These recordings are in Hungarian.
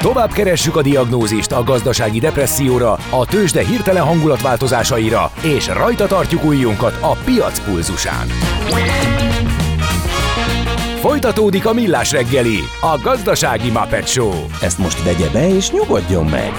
Tovább keressük a diagnózist a gazdasági depresszióra, a tőzsde hirtelen hangulatváltozásaira, és rajta tartjuk ujjunkat a piac pulzusán. Folytatódik a Millás reggeli, a gazdasági Muppet Show. Ezt most vegye be és nyugodjon meg!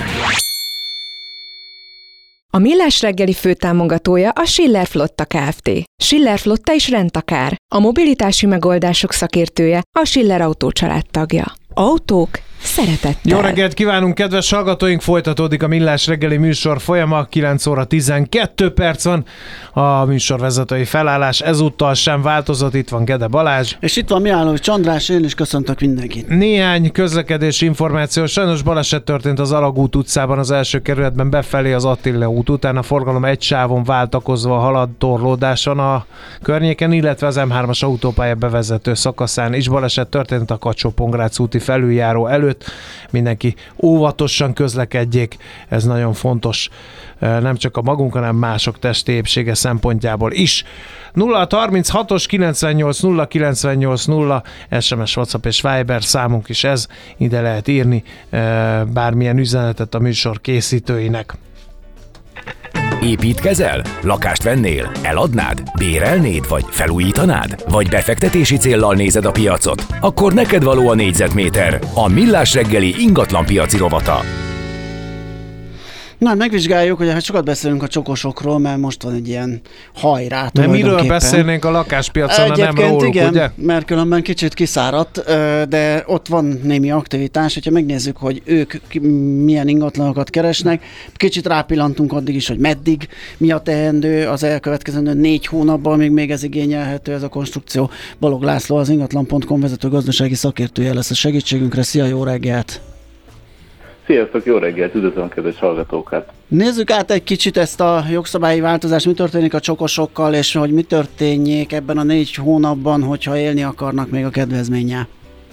A Millás reggeli főtámogatója a Schiller Flotta Kft. Schiller Flotta is rendtakár. A mobilitási megoldások szakértője, a Schiller Autó család tagja. Autók szeretettel. Jó reggelt kívánunk, kedves hallgatóink! Folytatódik a Millás reggeli műsor folyama, 9 óra 12 perc van. A műsorvezetői felállás ezúttal sem változott, itt van Gede Balázs. És itt van Mihálovics András, én is köszöntök mindenkit. Néhány közlekedési információ. Sajnos baleset történt az Alagút utcában, az első kerületben befelé az Attila út után. A forgalom egy sávon váltakozva halad torlódáson a környéken, illetve az M3-as autópálya bevezető szakaszán is baleset történt a Kacsó-Pongrác úti felüljáró előtt. Mindenki óvatosan közlekedjék, ez nagyon fontos, nem csak a magunk, hanem mások testi épsége szempontjából is. 0636-os 98 0 98 0 SMS, WhatsApp és Viber számunk is ez, ide lehet írni bármilyen üzenetet a műsor készítőinek. Építkezel? Lakást vennél? Eladnád? Bérelnéd? Vagy felújítanád? Vagy befektetési céllal nézed a piacot? Akkor neked való a négyzetméter, a Millás reggeli ingatlanpiaci rovata. Na, megvizsgáljuk, hogy hát sokat beszélünk a csokosokról, mert most van egy ilyen hajrá. De miről beszélnénk a lakáspiacon, nem róluk, igen, ugye? Mert különben kicsit kiszáradt, de ott van némi aktivitás, hogyha megnézzük, hogy ők milyen ingatlanokat keresnek, kicsit rápillantunk addig is, hogy meddig, mi a teendő az elkövetkezendő 4 hónapban, még ez igényelhető ez a konstrukció. Balog László, az ingatlan.com vezető gazdasági szakértője lesz a segítségünkre. Szia, jó reggelt! Sziasztok, jó reggelt, üdvözlöm kedves hallgatókat! Nézzük át egy kicsit ezt a jogszabályi változást, mi történik a csokosokkal, és hogy mi történjék ebben a 4 hónapban, hogyha élni akarnak még a kedvezménnyel.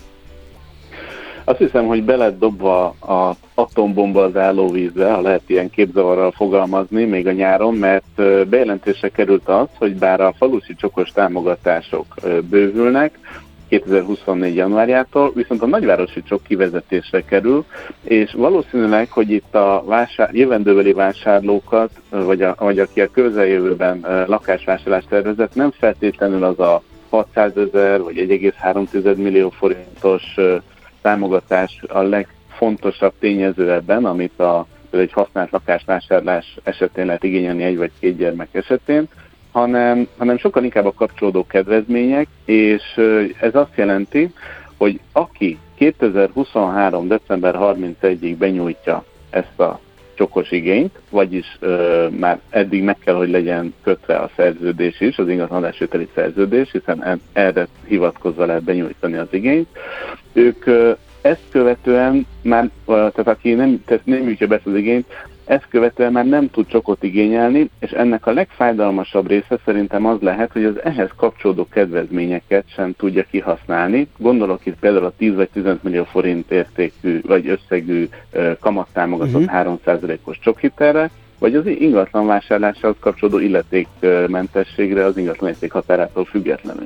Azt hiszem, hogy be lett dobva az atombomba az állóvízbe, ha lehet ilyen képzavarral fogalmazni, még a nyáron, mert bejelentésre került az, hogy bár a falusi csokos támogatások bővülnek, 2024. januárjától, viszont a nagyvárosi csok kivezetésre kerül, és valószínűleg, hogy itt a jövendőbeli vásárlókat, vagy aki a közeljövőben lakásvásárlást tervezett, nem feltétlenül az a 600 000 vagy 1,3 millió forintos támogatás a legfontosabb tényező ebben, amit egy használt lakásvásárlás esetén lehet igényelni 1 vagy 2 gyermek esetén, hanem sokkal inkább a kapcsolódó kedvezmények, és ez azt jelenti, hogy aki 2023. december 31-ig benyújtja ezt a csokos igényt, vagyis már eddig meg kell, hogy legyen kötve a szerződés is, az ingatlanadásvételi szerződés, hiszen erre hivatkozva lehet benyújtani az igényt, ők ezt követően már, tehát aki nem nyújtja be az igényt, ezt követően már nem tud csokot igényelni, és ennek a legfájdalmasabb része szerintem az lehet, hogy az ehhez kapcsolódó kedvezményeket sem tudja kihasználni. Gondolok itt például a 10 vagy 15 millió forint értékű vagy összegű kamattámogatott 3%-os csokhitelre, vagy az ingatlan vásárláshoz kapcsolódó illetékmentességre az ingatlan érték határától függetlenül.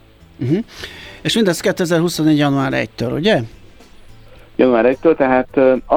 És mindez 2024. január 1-től, ugye? Január 1-től, tehát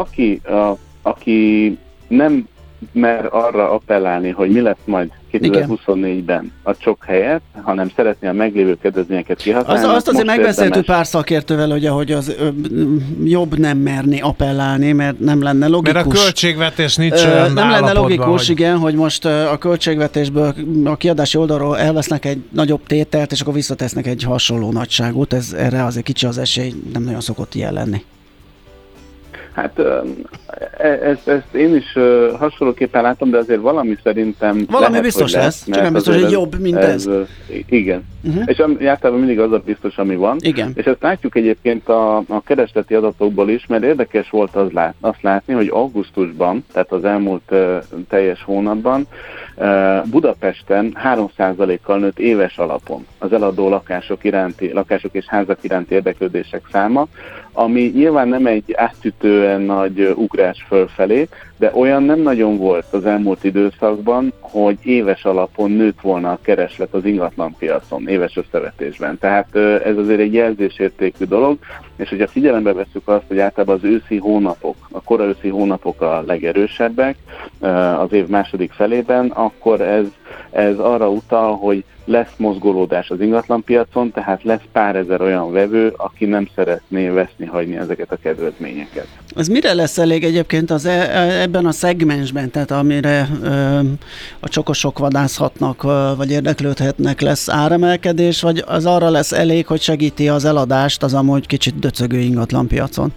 aki nem mer arra appellálni, hogy mi lesz majd 2024-ben a csok helyett, hanem szeretné a meglévő kedvezményeket kihasználni. Azt azért megbeszéltük pár szakértővel, ugye, hogy az jobb nem merni appellálni, mert nem lenne logikus. Mert a költségvetés nincs olyan nem lenne logikus, hogy... igen, hogy most a költségvetésből a kiadási oldalról elvesznek egy nagyobb tételt, és akkor visszatesznek egy hasonló nagyságút. Erre azért kicsi az esély, nem nagyon szokott ilyen lenni. Hát ezt én is hasonlóképpen látom, de azért valami szerintem valami lehet, biztos lesz, csak nem biztos, hogy jobb, mint ez. Igen. És általában mindig az a biztos, ami van. Igen. És ezt látjuk egyébként a keresleti adatokból is, mert érdekes volt azt látni, hogy augusztusban, tehát az elmúlt teljes hónapban Budapesten 3%-kal nőtt éves alapon az eladó lakások és házak iránti érdeklődések száma, ami nyilván nem egy átütően nagy ugrás fölfelé, de olyan nem nagyon volt az elmúlt időszakban, hogy éves alapon nőtt volna a kereslet az ingatlanpiacon, éves összevetésben. Tehát ez azért egy jelzésértékű dolog, és hogyha figyelembe vesszük azt, hogy általában az őszi hónapok, a koraőszi hónapok a legerősebbek az év második felében, akkor ez arra utal, hogy lesz mozgolódás az ingatlanpiacon, tehát lesz pár ezer olyan vevő, aki nem szeretné veszni hagyni ezeket a kedvezményeket. Ez mire lesz elég egyébként ebben a szegmensben, tehát amire a csokosok vadászhatnak, vagy érdeklődhetnek, lesz áremelkedés, vagy az arra lesz elég, hogy segíti az eladást az amúgy kicsit döcögő ingatlanpiacon?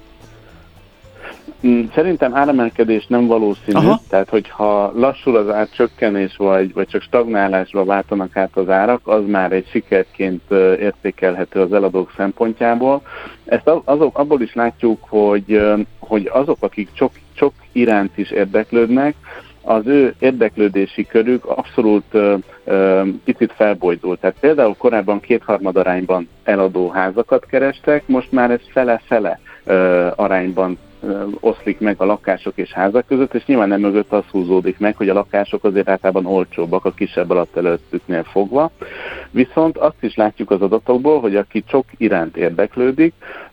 Szerintem áremelkedés nem valószínű, tehát hogyha lassul az árcsökkenés, vagy csak stagnálásba váltanak át az árak, az már egy sikerként értékelhető az eladók szempontjából. Ezt abból is látjuk, hogy azok, akik csak iránt is érdeklődnek, az ő érdeklődési körük abszolút picit felbojdult. Tehát például korábban 2/3 arányban eladó házakat kerestek, most már ez fele-fele arányban oszlik meg a lakások és házak között, és nyilván nem mögött az húzódik meg, hogy a lakások azért általában olcsóbbak a kisebb alatt fogva. Viszont azt is látjuk az adatokból, hogy aki csak iránt érdeklődik,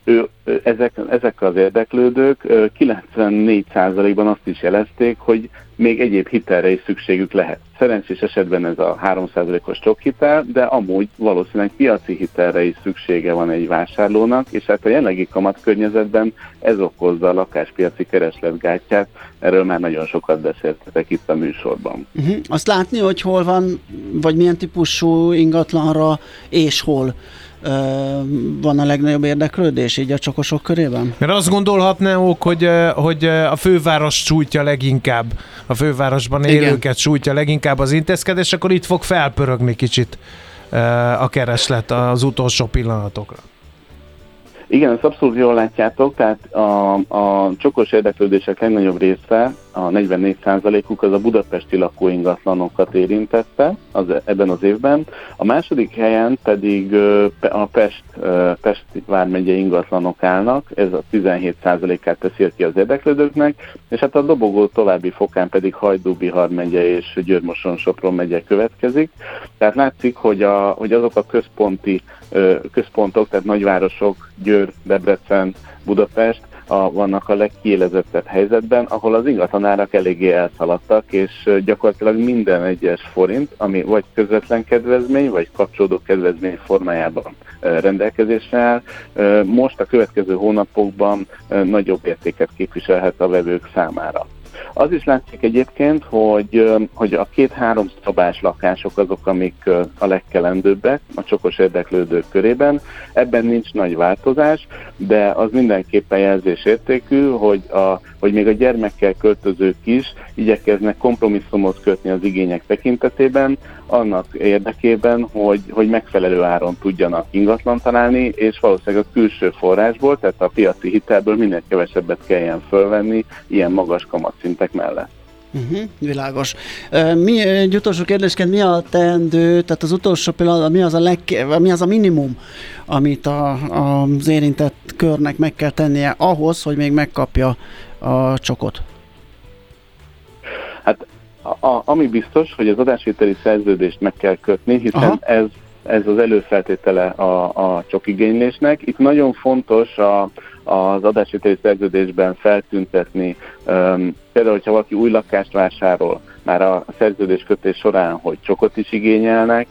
ezek az érdeklődők 94%-ban azt is jelezték, hogy még egyéb hitelre is szükségük lehet. Szerencsés esetben ez a 3%-os csokhitel, de amúgy valószínűleg piaci hitelre is szüksége van egy vásárlónak, és hát a jelenlegi kamatkörnyezetben ez okozza a lakáspiaci keresletgátját, erről már nagyon sokat beszéltetek itt a műsorban. Azt látni, hogy hol van, vagy milyen típusú ingatlanra, és hol van a legnagyobb érdeklődés így a csokosok körében? Mert azt gondolhatnánk, hogy a főváros sújtja leginkább, a fővárosban élőket sújtja leginkább az intézkedés, akkor itt fog felpörögni kicsit a kereslet az utolsó pillanatokra. Igen, ezt abszolút jól látjátok, tehát a csokos érdeklődések legnagyobb része, a 44%-uk az a budapesti lakóingatlanokat érintette ebben az évben. A második helyen pedig a Pest vármegyei ingatlanok állnak, ez a 17%-át teszi ki az érdeklődőknek, és hát a dobogó további fokán pedig Hajdú-Bihar megye és Győr-Moson-Sopron megye következik. Tehát látszik, hogy azok a központok, tehát nagyvárosok, Győr, Debrecen, Budapest vannak a legkiélezettebb helyzetben, ahol az ingatlanárak eléggé elszaladtak, és gyakorlatilag minden egyes forint, ami vagy közvetlen kedvezmény, vagy kapcsolódó kedvezmény formájában rendelkezésre áll, most a következő hónapokban nagyobb értéket képviselhet a vevők számára. Az is látszik egyébként, hogy a 2-3 szobás lakások azok, amik a legkelendőbbek a csokos érdeklődők körében. Ebben nincs nagy változás, de az mindenképpen jelzésértékű, hogy még a gyermekkel költözők is igyekeznek kompromisszumot kötni az igények tekintetében, annak érdekében, hogy megfelelő áron tudjanak ingatlan találni, és valószínűleg a külső forrásból, tehát a piaci hitelből minél kevesebbet kelljen fölvenni ilyen magas kamatszintek mellett. Világos. Egy utolsó kérdésként, mi a teendő, tehát az utolsó pillanatban mi az a minimum, amit az érintett körnek meg kell tennie ahhoz, hogy még megkapja a csokot? Hát ami biztos, hogy az adásvételi szerződést meg kell kötni, hiszen ez az előfeltétele a csokigénylésnek. Itt nagyon fontos az adásvételi szerződésben feltüntetni, például, hogyha valaki új lakást vásárol, már a szerződéskötés során, hogy csokot is igényelnek,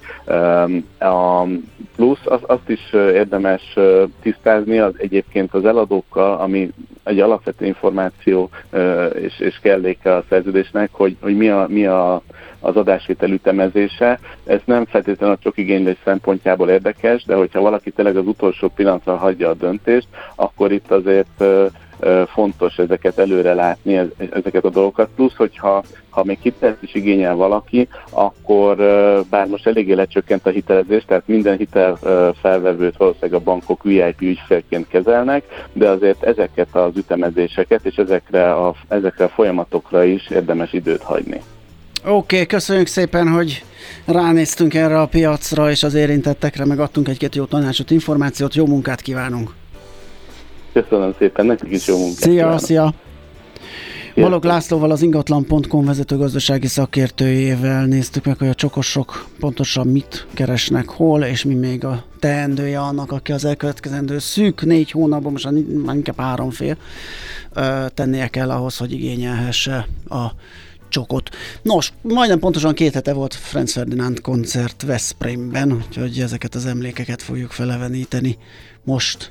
plusz azt is érdemes tisztázni egyébként az eladókkal, ami egy alapvető információ és kelléke a szerződésnek, hogy mi az adásvétel ütemezése. Ez nem feltétlenül a csokigénylés szempontjából érdekes, de hogyha valaki tényleg az utolsó pillanatra hagyja a döntést, akkor itt azért fontos ezeket előre látni, ezeket a dolgokat. Plusz, hogyha még hitelt is igényel valaki, akkor bár most eléggé lecsökkent a hitelezés, tehát minden hitel felvevőt valószínűleg a bankok VIP ügyfélként kezelnek, de azért ezeket az ütemezéseket és ezekre a folyamatokra is érdemes időt hagyni. Oké, köszönjük szépen, hogy ránéztünk erre a piacra, és az érintettekre megadtunk egy-két jó tanácsot, információt, jó munkát kívánunk! Köszönöm szépen, nekik is jó munkát kívánok! Szia! Balogh Lászlóval, az ingatlan.com vezető gazdasági szakértőjével néztük meg, hogy a csokosok pontosan mit keresnek, hol, és mi még a teendője annak, aki az elkövetkezendő szűk 4 hónapban, most már inkább 3 fél tennie kell ahhoz, hogy igényelhesse a csokot. Nos, majdnem pontosan 2 hete volt Franz Ferdinand koncert Veszprémben, úgyhogy ezeket az emlékeket fogjuk feleveníteni most.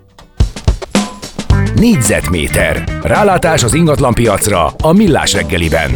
Négyzetméter. Rálátás az ingatlanpiacra a Millás reggeliben.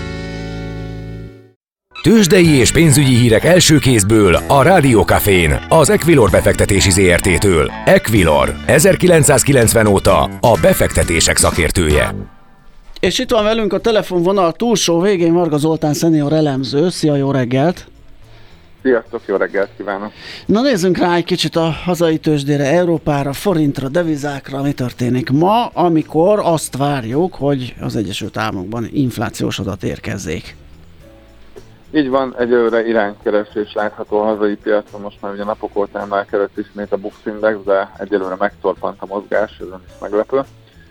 Tőzsdei és pénzügyi hírek első kézből a Rádió Cafén, az Equilor befektetési ZRT-től. Equilor, 1990 óta a befektetések szakértője. És itt van velünk a telefonvonal túlsó végén Varga Zoltán szenior elemző. Szia, jó reggelt! Sziasztok, jó reggelt kívánok! Na nézzünk rá egy kicsit a hazai tőzsdére, Európára, forintra, devizákra, mi történik ma, amikor azt várjuk, hogy az Egyesült Államokban inflációs adat érkezzék. Így van, egyelőre iránykeresés látható a hazai piacon, most már ugye napok óta emelkedett ismét a Bux Index, de egyelőre megtorpant a mozgás, ez nem is meglepő.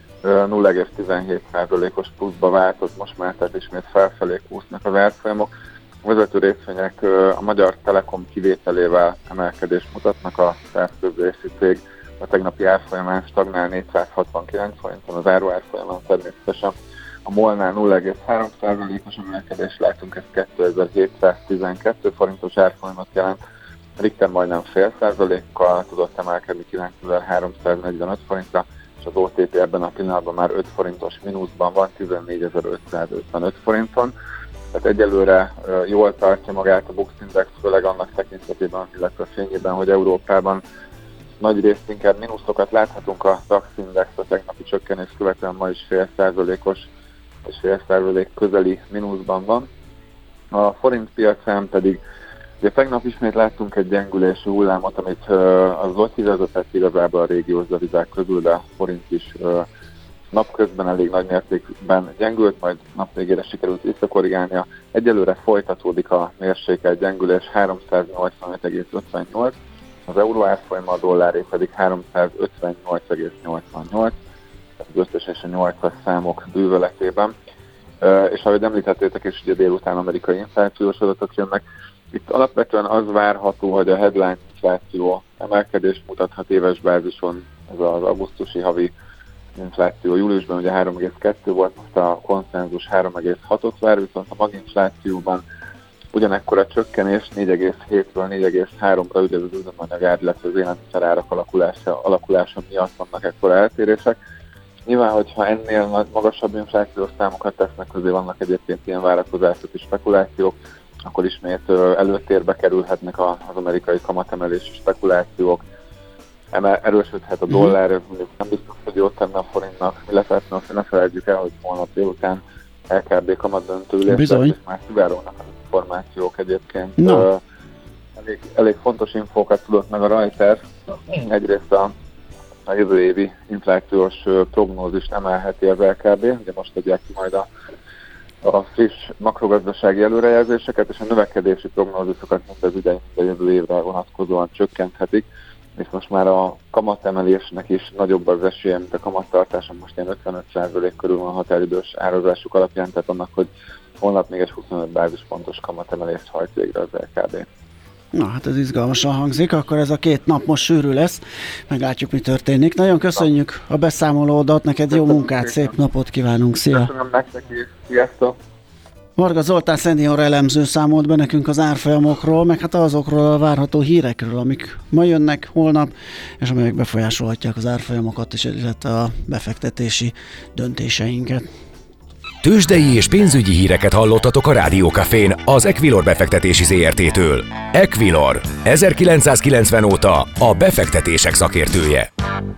0,17%-os pluszba váltott most már, tehát ismét felfelé kúsznak az árfolyamok. A vezető részvények a Magyar Telekom kivételével emelkedést mutatnak, a távközlési cég a tegnapi árfolyamán stagnál 469 forinton, az áruárfolyamán természetesen a MOL-nál 0,3%-os emelkedést látunk, ez 2712 forintos árfolyamot jelent, a Richter majdnem 0,5%-kal tudott emelkedni 9345 forintra, és az OTP ebben a pillanatban már 5 forintos mínuszban van, 14555 forinton. Tehát egyelőre jól tartja magát a Bux Index, főleg annak tekintetében, illetve fényében, hogy Európában nagy részt inkább mínuszokat láthatunk, a DAX Index a tegnapi csökkenés követően ma is 0,5%-os és 0,5% közeli mínuszban van. A forint piacán pedig ugye tegnap ismét láttunk egy gyengülési hullámot, amit az Zloty vezetett igazából a régiós devizák közül, de a forint is napközben elég nagy mértékben gyengült, majd nap végére sikerült visszakorrigálnia. Egyelőre folytatódik a mérsékelt gyengülés, 385,58, az euró árfolyama, a dolláré pedig 358,88, az összes és a 8-as számok bűvöletében. És ahogy említettétek is, ugye délután amerikai inflációs adatok jönnek. Itt alapvetően az várható, hogy a headline infláció emelkedést mutathat éves bázison, ez az augusztusi havi infláció júliusban ugye 3,2 volt, most a konszenzus 3,6-ot vár, viszont a maginflációban ugyanekkor a csökkenés 4,7-ről 4,3-ra, ugye az üzemanyagár, illetve az élelmiszerárak alakulása miatt vannak ekkora eltérések. Nyilván, hogyha ennél magasabb inflációs számokat tesznek közé, vannak egyébként ilyen várakozások és spekulációk, akkor ismét előtérbe kerülhetnek az amerikai kamatemelési spekulációk, erősödhet a dollár, ez nem biztos, hogy jót tenne a forintnak, illetve ne felejtjük el, hogy holnap délután LKB kamatdöntő ülés, és már szivárognak az információk egyébként. Elég fontos infókat tudott meg a Reuters. Egyrészt a jövő évi inflációs prognózist emelheti az LKB, ugye most adják ki majd a friss makrogazdasági előrejelzéseket, és a növekedési prognózisokat mint az idei, a jövő évre vonatkozóan csökkenthetik, és most már a kamatemelésnek is nagyobb az esélye, mint a kamattartása, most ilyen 55% körül van a határidős árazásuk alapján, tehát annak, hogy holnap még egy 25 bázispontos kamatemelést hajt végre az LKB. Na hát ez izgalmasan hangzik, akkor ez a 2 nap most sűrű lesz, meglátjuk, mi történik. Nagyon köszönjük a beszámolódat, neked jó munkát, szép napot kívánunk, szia! Köszönöm nektek is, sziasztok! Varga Zoltán szenior elemző számolt be nekünk az árfolyamokról, meg hát azokról a várható hírekről, amik ma jönnek holnap, és amelyek befolyásolhatják az árfolyamokat is, illetve a befektetési döntéseinket. Tőzsdei és pénzügyi híreket hallottatok a Rádió Cafén az Equilor befektetési ZRT-től. Equilor, 1990 óta a befektetések szakértője.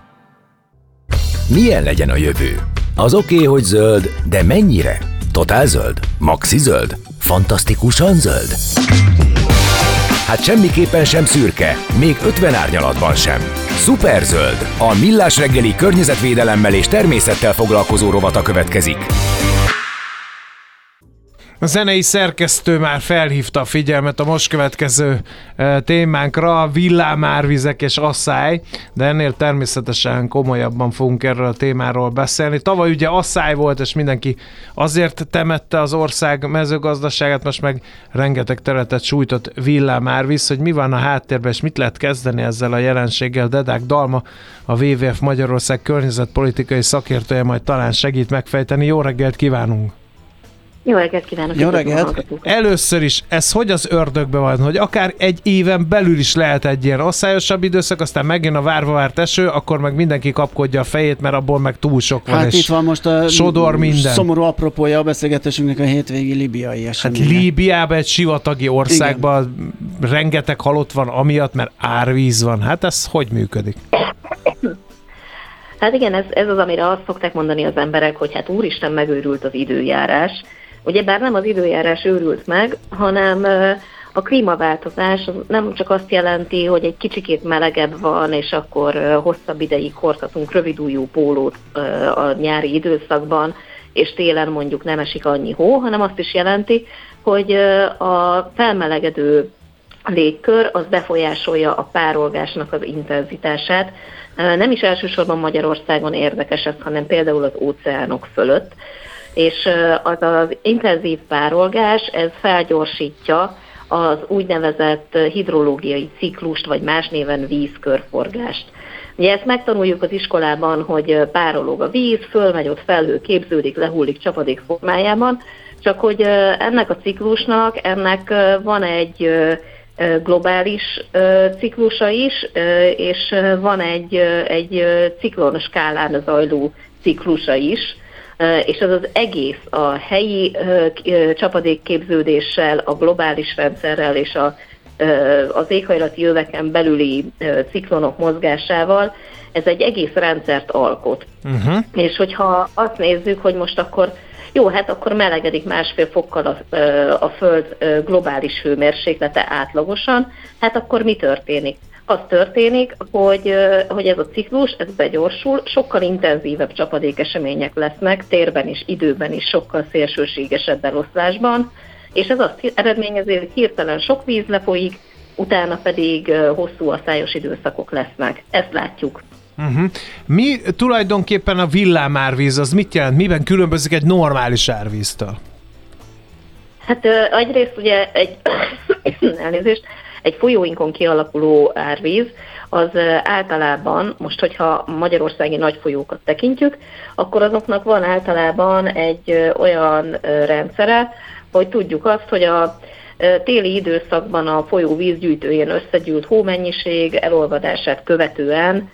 Milyen legyen a jövő? Az oké, hogy zöld, de mennyire? Totál zöld? Maxi zöld? Fantasztikusan zöld? Hát semmiképpen sem szürke, még 50 árnyalatban sem. Szuperzöld, a Millás reggeli környezetvédelemmel és természettel foglalkozó rovata következik. A zenei szerkesztő már felhívta a figyelmet a most következő témánkra, villámárvizek és asszály, de ennél természetesen komolyabban fogunk erről a témáról beszélni. Tavaly ugye asszály volt, és mindenki azért temette az ország mezőgazdaságát, most meg rengeteg területet sújtott villámárvíz, hogy mi van a háttérben, és mit lehet kezdeni ezzel a jelenséggel. Dedák Dalma, a WWF Magyarország környezetpolitikai szakértője majd talán segít megfejteni. Jó reggelt kívánunk! Jó reggelt kívánok! Jó reggelt! Először is, ez hogy az ördögbe van, hogy akár egy éven belül is lehet egy ilyen asszályosabb időszak, aztán megjön a várva várt eső, akkor meg mindenki kapkodja a fejét, mert abból meg túl sok van, hát és itt van most a sodor minden. Szomorú apropója a beszélgetésünknek a hétvégi líbiai esemény. Hát Líbiában, egy sivatagi országban rengeteg halott van amiatt, mert árvíz van. Hát ez hogy működik? Hát igen, ez az, amire azt szokták mondani az emberek, hogy hát úristen, megőrült az időjárás. Ugyebár nem az időjárás őrült meg, hanem a klímaváltozás nem csak azt jelenti, hogy egy kicsikét melegebb van, és akkor hosszabb ideig hordhatunk rövidujjú pólót a nyári időszakban, és télen mondjuk nem esik annyi hó, hanem azt is jelenti, hogy a felmelegedő légkör az befolyásolja a párolgásnak az intenzitását. Nem is elsősorban Magyarországon érdekes ez, hanem például az óceánok fölött. És az intenzív párolgás, ez felgyorsítja az úgynevezett hidrológiai ciklust, vagy más néven vízkörforgást. Ugye ezt megtanuljuk az iskolában, hogy párolog a víz, fölmegy, ott felhő képződik, lehullik csapadék formájában, csak hogy ennek a ciklusnak, ennek van egy globális ciklusa is, és van egy ciklonskálán zajló ciklusa is, és ez az egész a helyi csapadékképződéssel, a globális rendszerrel és az éghajlati öveken belüli ciklonok mozgásával, ez egy egész rendszert alkot. És hogyha azt nézzük, hogy most akkor jó, hát akkor melegedik 1,5 fokkal a Föld globális hőmérséklete átlagosan, hát akkor mi történik? Az történik, hogy ez a ciklus, ez begyorsul, sokkal intenzívebb csapadékesemények lesznek, térben és időben is sokkal szélsőségesebb eloszlásban, és ez azt eredményezi, hogy hirtelen sok víz lefolyik, utána pedig hosszú asszályos időszakok lesznek. Ezt látjuk. Mi tulajdonképpen a villámárvíz, az mit jelent? Miben különbözik egy normális árvíztől? Hát egyrészt ugye egy folyóinkon kialakuló árvíz, az általában, most hogyha magyarországi nagy folyókat tekintjük, akkor azoknak van általában egy olyan rendszere, hogy tudjuk azt, hogy a téli időszakban a folyó vízgyűjtőjén összegyűlt hómennyiség elolvadását követően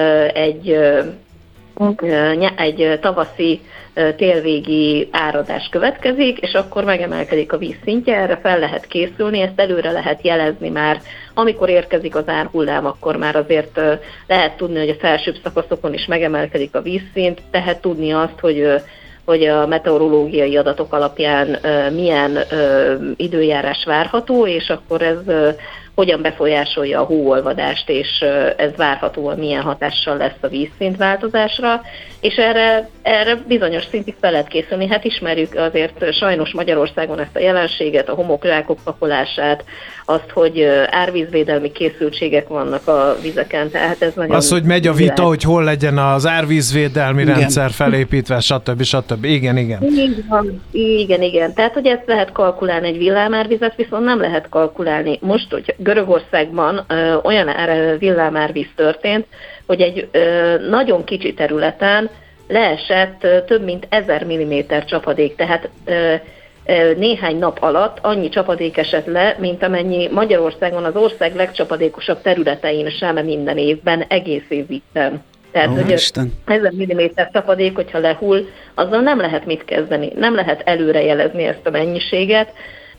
egy tavaszi télvégi áradás következik, és akkor megemelkedik a víz szintje, erre fel lehet készülni, ezt előre lehet jelezni már. Amikor érkezik az árhullám, akkor már azért lehet tudni, hogy a felsőbb szakaszokon is megemelkedik a vízszint, tehát tudni azt, hogy a meteorológiai adatok alapján milyen időjárás várható, és akkor ez hogyan befolyásolja a hóolvadást, és ez várhatóan milyen hatással lesz a vízszintváltozásra, és erre bizonyos szintig fel lehet készülni. Hát ismerjük azért sajnos Magyarországon ezt a jelenséget, a homokzsákok pakolását, azt, hogy árvízvédelmi készültségek vannak a vizeken, tehát ez nagyon... Az, hogy megy a vita, hogy hol legyen az árvízvédelmi rendszer felépítve, stb. Igen. Igen. Tehát, hogy ezt lehet kalkulálni egy villámárvizet, viszont nem lehet kalkulálni. Most, hogy Görögországban olyan villámárvíz történt, hogy egy nagyon kicsi területen leesett több mint 1000 mm csapadék, tehát néhány nap alatt annyi csapadék esett le, mint amennyi Magyarországon az ország legcsapadékosabb területein sem minden évben, egész évben. Tehát, hogy 1000 mm csapadék, hogyha lehull, azzal nem lehet mit kezdeni, nem lehet előrejelezni ezt a mennyiséget.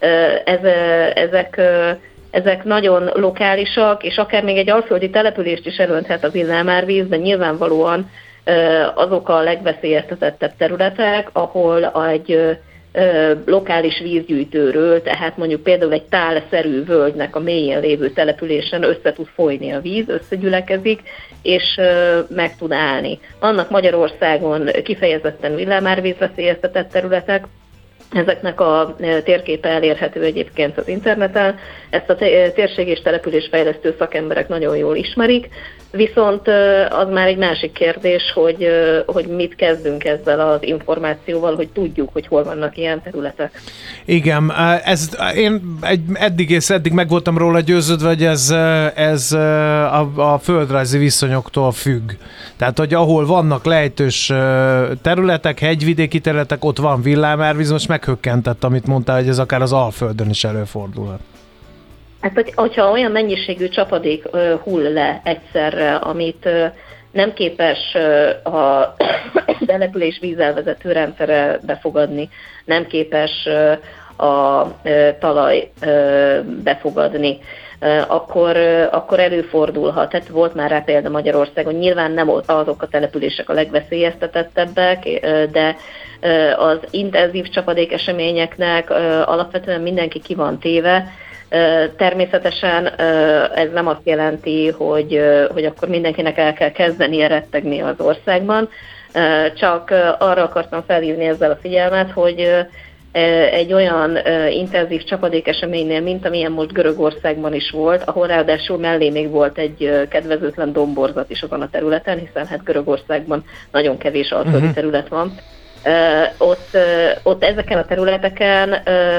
Ezek nagyon lokálisak, és akár még egy alföldi települést is elönthet a villámárvíz, de nyilvánvalóan azok a legveszélyeztetettebb területek, ahol egy lokális vízgyűjtőről, tehát mondjuk például egy tálszerű völgynek a mélyén lévő településen össze tud folyni a víz, összegyülekezik, és meg tud állni. Vannak Magyarországon kifejezetten villámárvíz veszélyeztetett területek, Ezeknek a térképe elérhető egyébként az interneten. Ezt a térség- és településfejlesztő szakemberek nagyon jól ismerik, viszont az már egy másik kérdés, hogy mit kezdünk ezzel az információval, hogy tudjuk, hogy hol vannak ilyen területek. Igen, én eddig meg voltam róla győződve, hogy ez a földrajzi viszonyoktól függ. Tehát, hogy ahol vannak lejtős területek, hegyvidéki területek, ott van villámárvíz, most meghökkentett, amit mondtál, hogy ez akár az Alföldön is előfordulhat. Hát, hogyha olyan mennyiségű csapadék hull le egyszerre, amit nem képes a település vízelvezető rendszere befogadni, nem képes a talaj befogadni, akkor előfordulhat. Tehát volt már rá példa Magyarországon. Nyilván nem azok a települések a legveszélyeztetettebbek, de az intenzív csapadékeseményeknek alapvetően mindenki ki van téve. Természetesen ez nem azt jelenti, hogy akkor mindenkinek el kell kezdenie rettegni az országban, csak arra akartam felhívni ezzel a figyelmet, hogy egy olyan intenzív csapadékeseménynél, mint amilyen most Görögországban is volt, ahol ráadásul mellé még volt egy kedvezőtlen domborzat is azon a területen, hiszen hát Görögországban nagyon kevés alföldi terület van. Ott ezeken a területeken,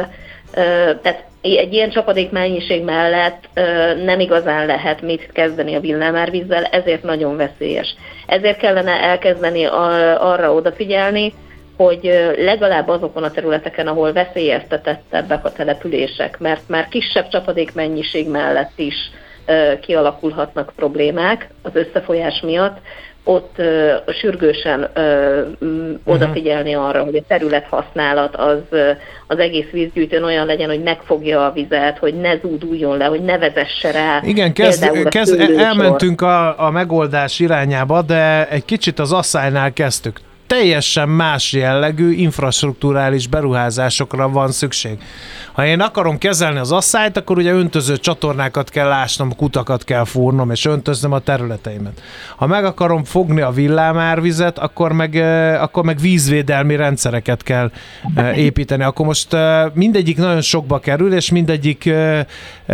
tehát egy ilyen csapadékmennyiség mellett nem igazán lehet mit kezdeni a villámárvízzel, ezért nagyon veszélyes. Ezért kellene elkezdeni arra odafigyelni, hogy legalább azokon a területeken, ahol veszélyeztetettebbek a települések, mert már kisebb csapadékmennyiség mellett is kialakulhatnak problémák az összefolyás miatt, ott sürgősen odafigyelni arra, hogy a területhasználat az egész vízgyűjtőn olyan legyen, hogy megfogja a vizet, hogy ne zúduljon le, hogy ne vezesse rá. Igen, elmentünk a megoldás irányába, de egy kicsit az asszálynál kezdtük. Teljesen más jellegű infrastrukturális beruházásokra van szükség. Ha én akarom kezelni az asszályt, akkor ugye öntöző csatornákat kell ásnom, kutakat kell fúrnom, és öntöznem a területeimet. Ha meg akarom fogni a villámárvizet, akkor meg vízvédelmi rendszereket kell építeni. Akkor most mindegyik nagyon sokba kerül, és mindegyiknek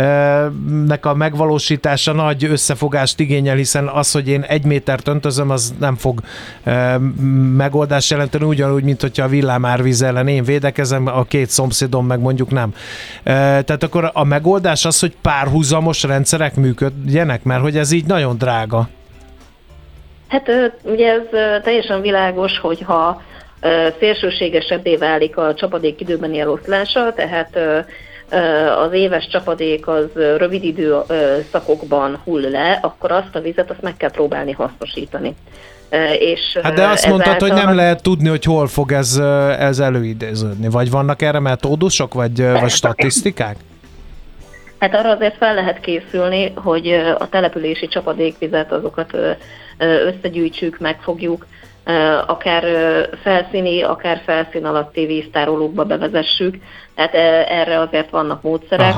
a megvalósítása nagy összefogást igényel, hiszen az, hogy én 1 métert öntözöm, az nem fog megoldást jelenteni, ugyanúgy, mint hogyha a villámárvíz ellen én védekezem, a két szomszédom meg mondjuk nem. Tehát akkor a megoldás az, hogy párhuzamos rendszerek működjenek, mert hogy ez így nagyon drága. Hát ugye ez teljesen világos, hogyha szélsőségesebbé válik a csapadék időbeni eloszlása, tehát az éves csapadék az rövid időszakokban hull le, akkor azt a vizet azt meg kell próbálni hasznosítani. Hát de azt mondtad, hogy nem lehet tudni, hogy hol fog ez előidéződni. Vagy vannak erre metódusok, vagy statisztikák? Hát arra azért fel lehet készülni, hogy a települési csapadékvizet azokat összegyűjtsük, megfogjuk, akár felszíni, akár felszín alatti víztárolókba bevezessük. Tehát erre azért vannak módszerek,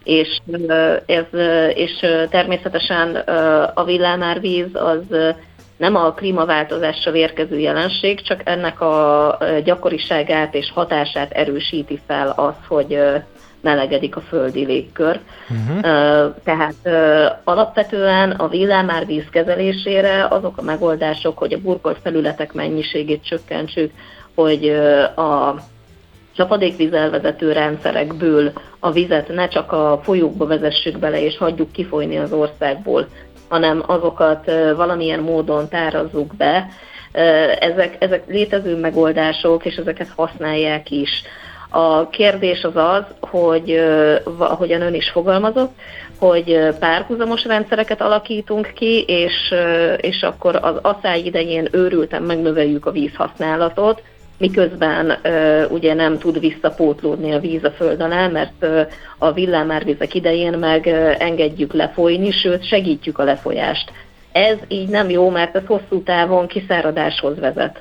és természetesen a villámárvíz az nem a klímaváltozással érkező jelenség, csak ennek a gyakoriságát és hatását erősíti fel az, hogy melegedik a földi légkör. Tehát alapvetően a villámárvíz kezelésére azok a megoldások, hogy a burkolt felületek mennyiségét csökkentsük, hogy a csapadékvízelvezető rendszerekből a vizet ne csak a folyókba vezessük bele és hagyjuk kifolyni az országból, hanem azokat valamilyen módon tárazzuk be. Ezek létező megoldások, és ezeket használják is. A kérdés az, hogy ahogyan ön is fogalmazott, hogy párhuzamos rendszereket alakítunk ki, és akkor az asszály idején őrülten megnöveljük a vízhasználatot, miközben ugye nem tud visszapótlódni a víz a föld alá, mert a villámárvizek idején meg engedjük lefolyni, sőt segítjük a lefolyást. Ez így nem jó, mert ez hosszú távon kiszáradáshoz vezet.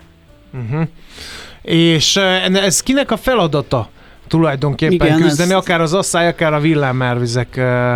És ez kinek a feladata tulajdonképpen küzdeni, akár az asszály, akár a villámárvizek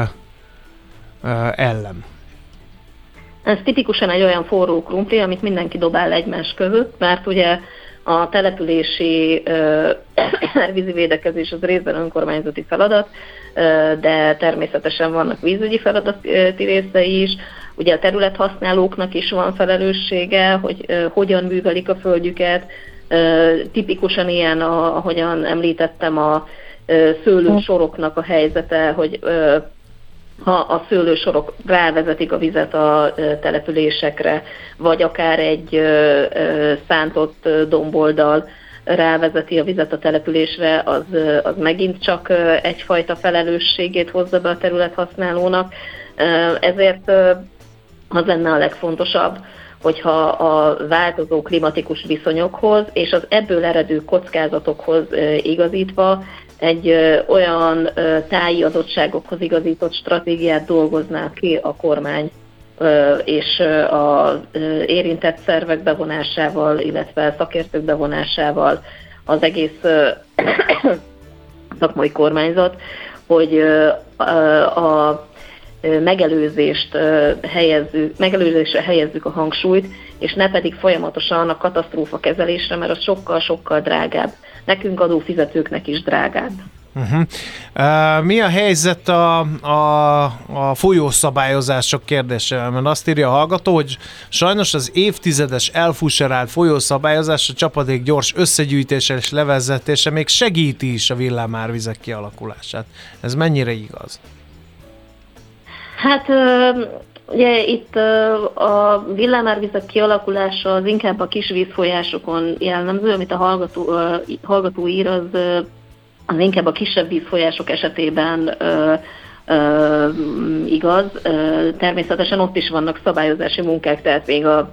ellen? Ez tipikusan egy olyan forró krumpli, amit mindenki dobál egymás között, mert ugye A települési vízi védekezés az részben önkormányzati feladat, de természetesen vannak vízügyi feladati részei is. Ugye a területhasználóknak is van felelőssége, hogy hogyan művelik a földjüket. Tipikusan ilyen, ahogyan említettem, a szőlősoroknak a helyzete, hogy ha a szőlősorok rávezetik a vizet a településekre, vagy akár egy szántott domboldal rávezeti a vizet a településre, az megint csak egyfajta felelősségét hozza be a területhasználónak. Ezért az lenne a legfontosabb, hogyha a változó klimatikus viszonyokhoz és az ebből eredő kockázatokhoz igazítva egy olyan táji adottságokhoz igazított stratégiát dolgozná ki a kormány és az érintett szervek bevonásával, illetve szakértők bevonásával az egész szakmai kormányzat, hogy a megelőzésre helyezzük a hangsúlyt, és ne pedig folyamatosan a katasztrófa kezelésre, mert az sokkal-sokkal drágább. Nekünk adófizetőknek is drágább. Mi a helyzet a folyószabályozások kérdésével? Mert azt írja a hallgató, hogy sajnos az évtizedes elfuserált folyószabályozás, a csapadék gyors összegyűjtése és levezetése még segíti is a villámárvizek kialakulását. Ez mennyire igaz? Hát ugye itt a villámárvizek kialakulása az inkább a kis vízfolyásokon jellemző, amit a hallgató ír, az inkább a kisebb vízfolyások esetében igaz. Természetesen ott is vannak szabályozási munkák, tehát még a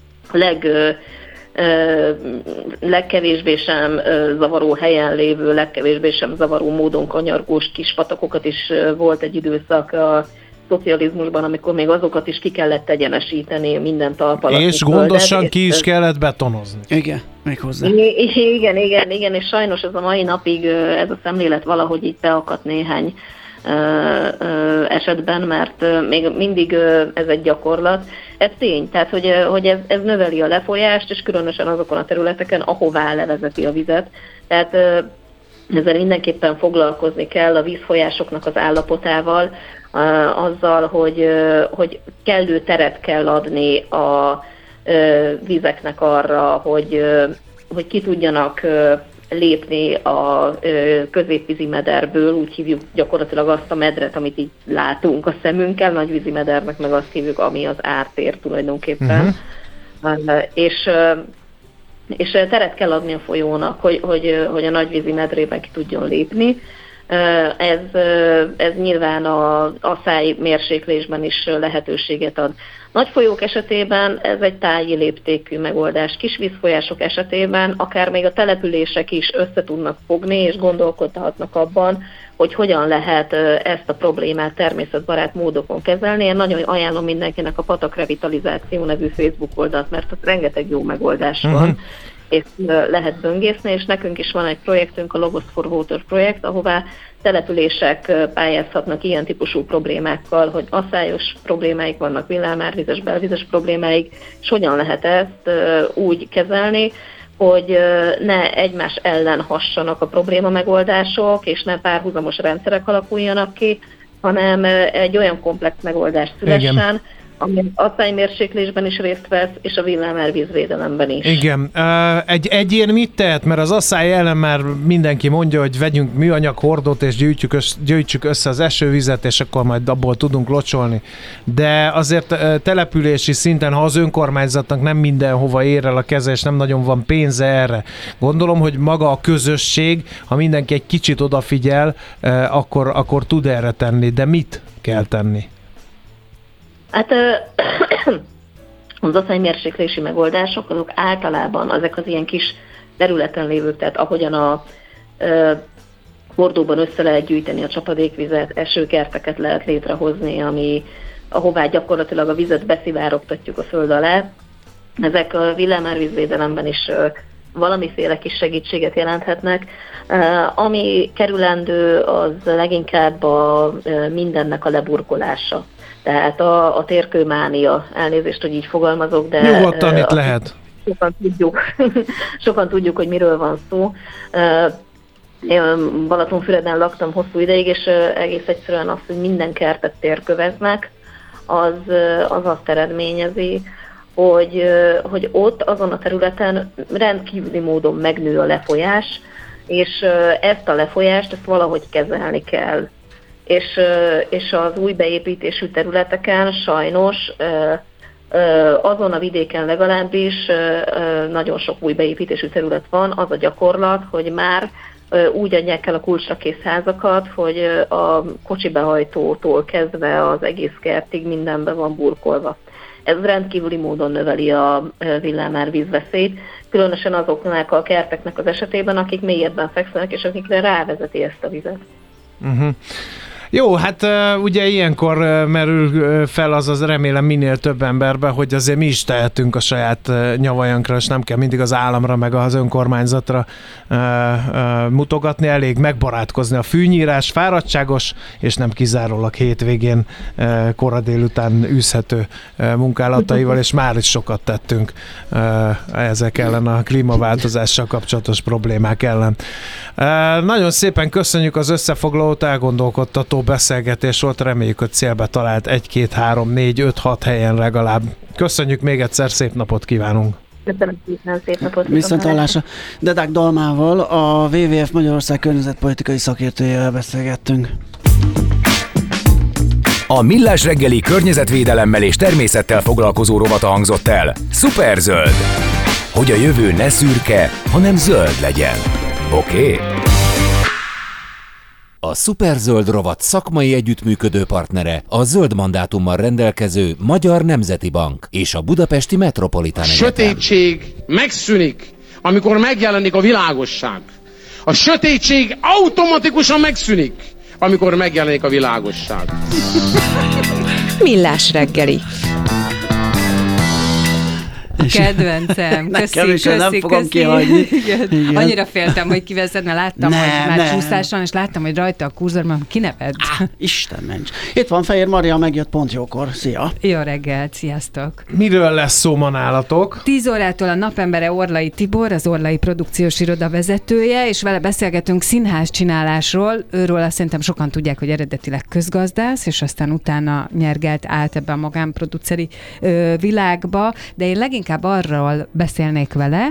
legkevésbé sem zavaró helyen lévő, legkevésbé sem zavaró módon kanyargós kis patakokat is volt egy időszak a szocializmusban, amikor még azokat is ki kellett egyenesíteni minden talpalatú. És gondosan ki is kellett betonozni. Igen, még hozzá. Igen, és sajnos ez a mai napig ez a szemlélet valahogy így beakadt néhány esetben, mert még mindig ez egy gyakorlat. Ez tény, tehát hogy ez növeli a lefolyást, és különösen azokon a területeken, ahová levezeti a vizet. Tehát ezzel mindenképpen foglalkozni kell a vízfolyásoknak az állapotával, azzal, hogy kellő teret kell adni a vizeknek arra, hogy ki tudjanak lépni a középvízi mederből, úgy hívjuk gyakorlatilag azt a medret, amit így látunk a szemünkkel, nagyvízi medernek meg azt hívjuk, ami az ártér tulajdonképpen. És teret kell adni a folyónak, hogy a nagyvízi medrében ki tudjon lépni. Ez nyilván az asszály mérséklésben is lehetőséget ad. Nagy folyók esetében ez egy táji léptékű megoldás. Kis vízfolyások esetében akár még a települések is össze tudnak fogni, és gondolkodhatnak abban, hogy hogyan lehet ezt a problémát természetbarát módokon kezelni. Én nagyon ajánlom mindenkinek a Patak Revitalizáció nevű Facebook oldalt, mert ott rengeteg jó megoldás van, és lehet böngészni, és nekünk is van egy projektünk, a Logos for Water projekt, ahová települések pályázhatnak ilyen típusú problémákkal, hogy asszályos problémáik vannak, villámárvizes, belvizes problémáik, és hogyan lehet ezt úgy kezelni, hogy ne egymás ellen hassanak a probléma megoldások, és ne párhuzamos rendszerek alakuljanak ki, hanem egy olyan komplex megoldás szülessen, ami asszálymérséklésben is részt vesz, és a villámárvízvédelemben is. Igen. Egy egyén mit tehet? Mert az asszály ellen már mindenki mondja, hogy vegyünk műanyag hordót, és gyűjtsük össze az esővizet, és akkor majd abból tudunk locsolni. De azért települési szinten, ha az önkormányzatnak nem mindenhova ér el a keze, és nem nagyon van pénze erre, gondolom, hogy maga a közösség, ha mindenki egy kicsit odafigyel, akkor tud erre tenni. De mit kell tenni? Hát az asszálymérséklési megoldások, azok általában ezek az ilyen kis területen lévők, tehát ahogyan a hordóban össze lehet gyűjteni a csapadékvizet, esőkerteket lehet létrehozni, ahová gyakorlatilag a vizet beszivárogtatjuk a föld alá. Ezek a villámárvízvédelemben is valamiféle kis segítséget jelenthetnek. Ami kerülendő, az leginkább mindennek a leburkolása. Tehát a térkőmánia, elnézést, hogy így fogalmazok, de... Nyugodtan itt lehet. sokan tudjuk, hogy miről van szó. Én Balatonfüreden laktam hosszú ideig, és egész egyszerűen az, hogy minden kertet térköveznek, az azt eredményezi, hogy ott azon a területen rendkívüli módon megnő a lefolyás, és ezt a lefolyást valahogy kezelni kell. És az új beépítésű területeken sajnos azon a vidéken legalábbis nagyon sok új beépítésű terület van, az a gyakorlat, hogy már úgy adják el a kulcsra kész házakat, hogy a kocsibehajtótól kezdve az egész kertig mindenbe van burkolva. Ez rendkívüli módon növeli a villámárvízveszélyt, különösen azoknak a kerteknek az esetében, akik mélyebben fekszenek, és akikre rávezeti ezt a vizet. Uh-huh. Jó, hát ugye ilyenkor merül fel az remélem minél több emberbe, hogy azért mi is tehetünk a saját nyavajankra, és nem kell mindig az államra meg az önkormányzatra mutogatni, elég megbarátkozni. A fűnyírás fáradtságos, és nem kizárólag hétvégén kora délután űzhető munkálataival, és már is sokat tettünk ezek ellen, a klímaváltozással kapcsolatos problémák ellen. Nagyon szépen köszönjük az összefoglalót, elgondolkodtató beszélgetés volt, reméljük, hogy célbe talált 1, 2, 3, 4, 5, 6 helyen legalább. Köszönjük még egyszer, szép napot kívánunk! Köszönöm szépen, szép napot! Viszonthallásra! Dedák Dalmával, a WWF Magyarország környezetpolitikai szakértőjével beszélgettünk. A Millás reggeli környezetvédelemmel és természettel foglalkozó rovata hangzott el. Szuperzöld! Hogy a jövő ne szürke, hanem zöld legyen. Oké? A Szuperzöld rovat szakmai együttműködő partnere a zöld mandátummal rendelkező Magyar Nemzeti Bank és a Budapesti Metropolitán Egyetem. Sötétség megszűnik, amikor megjelenik a világosság. A sötétség automatikusan megszűnik, amikor megjelenik a világosság. Millás reggeli. Kedvencem, köszi. Nem fogom kihagyni. Annyira féltem, hogy kiveszed, mert láttam, hogy már csúszáson, és láttam, hogy rajta a kurzor, mert kineved. Isten ments. Itt van Fehér Maria, megjött pont jókor. Szia! Jó reggelt, sziasztok! Miről lesz szó ma nálatok? 10 órától a napembere Orlai Tibor, az Orlai Produkciós Iroda vezetője, és vele beszélgetünk színház csinálásról. Őről azt szerintem sokan tudják, hogy eredetileg közgazdász, és aztán utána nyergelt át ebbe a magánproduceri világba, de én leginkább arról beszélnék vele,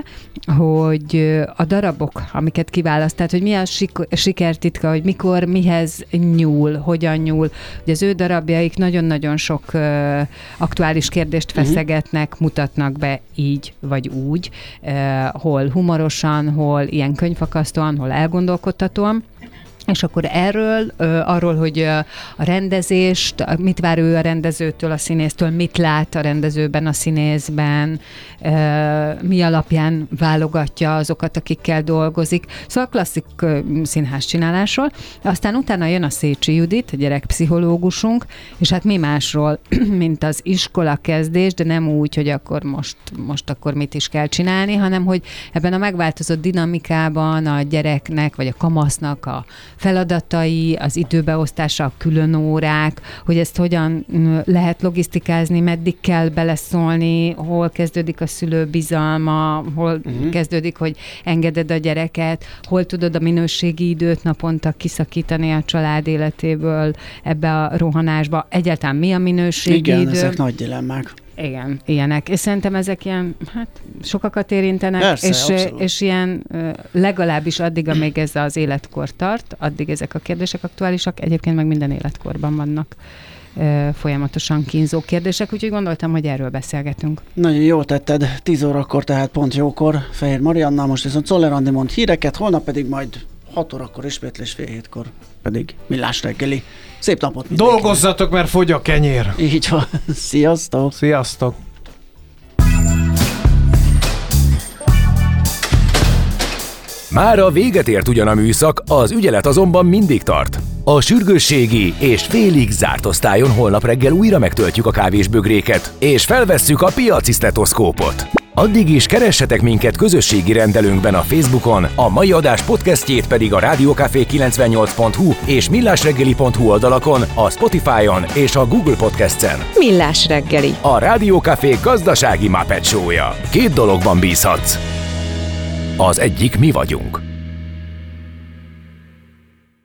hogy a darabok, amiket kiválaszt, tehát hogy mi a sikertitka, hogy mikor, mihez nyúl, hogyan nyúl. Ugye az ő darabjaik nagyon-nagyon sok aktuális kérdést feszegetnek, mutatnak be így vagy úgy, hol humorosan, hol ilyen könyvfakasztóan, hol elgondolkodtatóan. És akkor arról, hogy a rendezést, mit vár ő a rendezőtől, a színésztől, mit lát a rendezőben, a színészben, mi alapján válogatja azokat, akikkel dolgozik. Szóval klasszik színház csinálásról. Aztán utána jön a Szécsi Judit, a gyerekpszichológusunk, és hát mi másról, mint az iskola kezdés, de nem úgy, hogy akkor most akkor mit is kell csinálni, hanem hogy ebben a megváltozott dinamikában a gyereknek, vagy a kamasznak a feladatai, az időbeosztása, a külön órák, hogy ezt hogyan lehet logisztikázni, meddig kell beleszólni, hol kezdődik a szülő bizalma, hol kezdődik, hogy engeded a gyereket, hol tudod a minőségi időt naponta kiszakítani a család életéből ebbe a rohanásba. Egyáltalán mi a minőségi idő? Igen, ezek nagy dilemmák. Igen, ilyenek. És szerintem ezek ilyen, sokakat érintenek, persze, és ilyen legalábbis addig, amíg ez az életkor tart, addig ezek a kérdések aktuálisak, egyébként meg minden életkorban vannak folyamatosan kínzó kérdések, úgyhogy gondoltam, hogy erről beszélgetünk. Nagyon jól tetted, 10 órakor, tehát pont jókor, Fehér Mariannal, most viszont Czoller Andi mond híreket, holnap pedig majd 6 órakor ismétlés, fél 7-kor pedig Millás reggeli. Szép napot mindenkinek. Dolgozzatok, mert fogy a kenyér. Így van. Sziasztok! Sziasztok! Mára véget ért ugyan a műszak, az ügyelet azonban mindig tart. A sürgősségi és félig zárt osztályon holnap reggel újra megtöltjük a kávésbögréket, és felvesszük a piaci sztetoszkópot. Addig is keressetek minket közösségi rendelőnkben a Facebookon, a mai adás podcastjét pedig a rádiókafé 98.hu és millásreggeli.hu oldalakon, a Spotify-on és a Google Podcast-en. Millás reggeli. A Rádiókafé gazdasági Muppet Show-ja. 2 dologban bízhatsz. Az egyik mi vagyunk.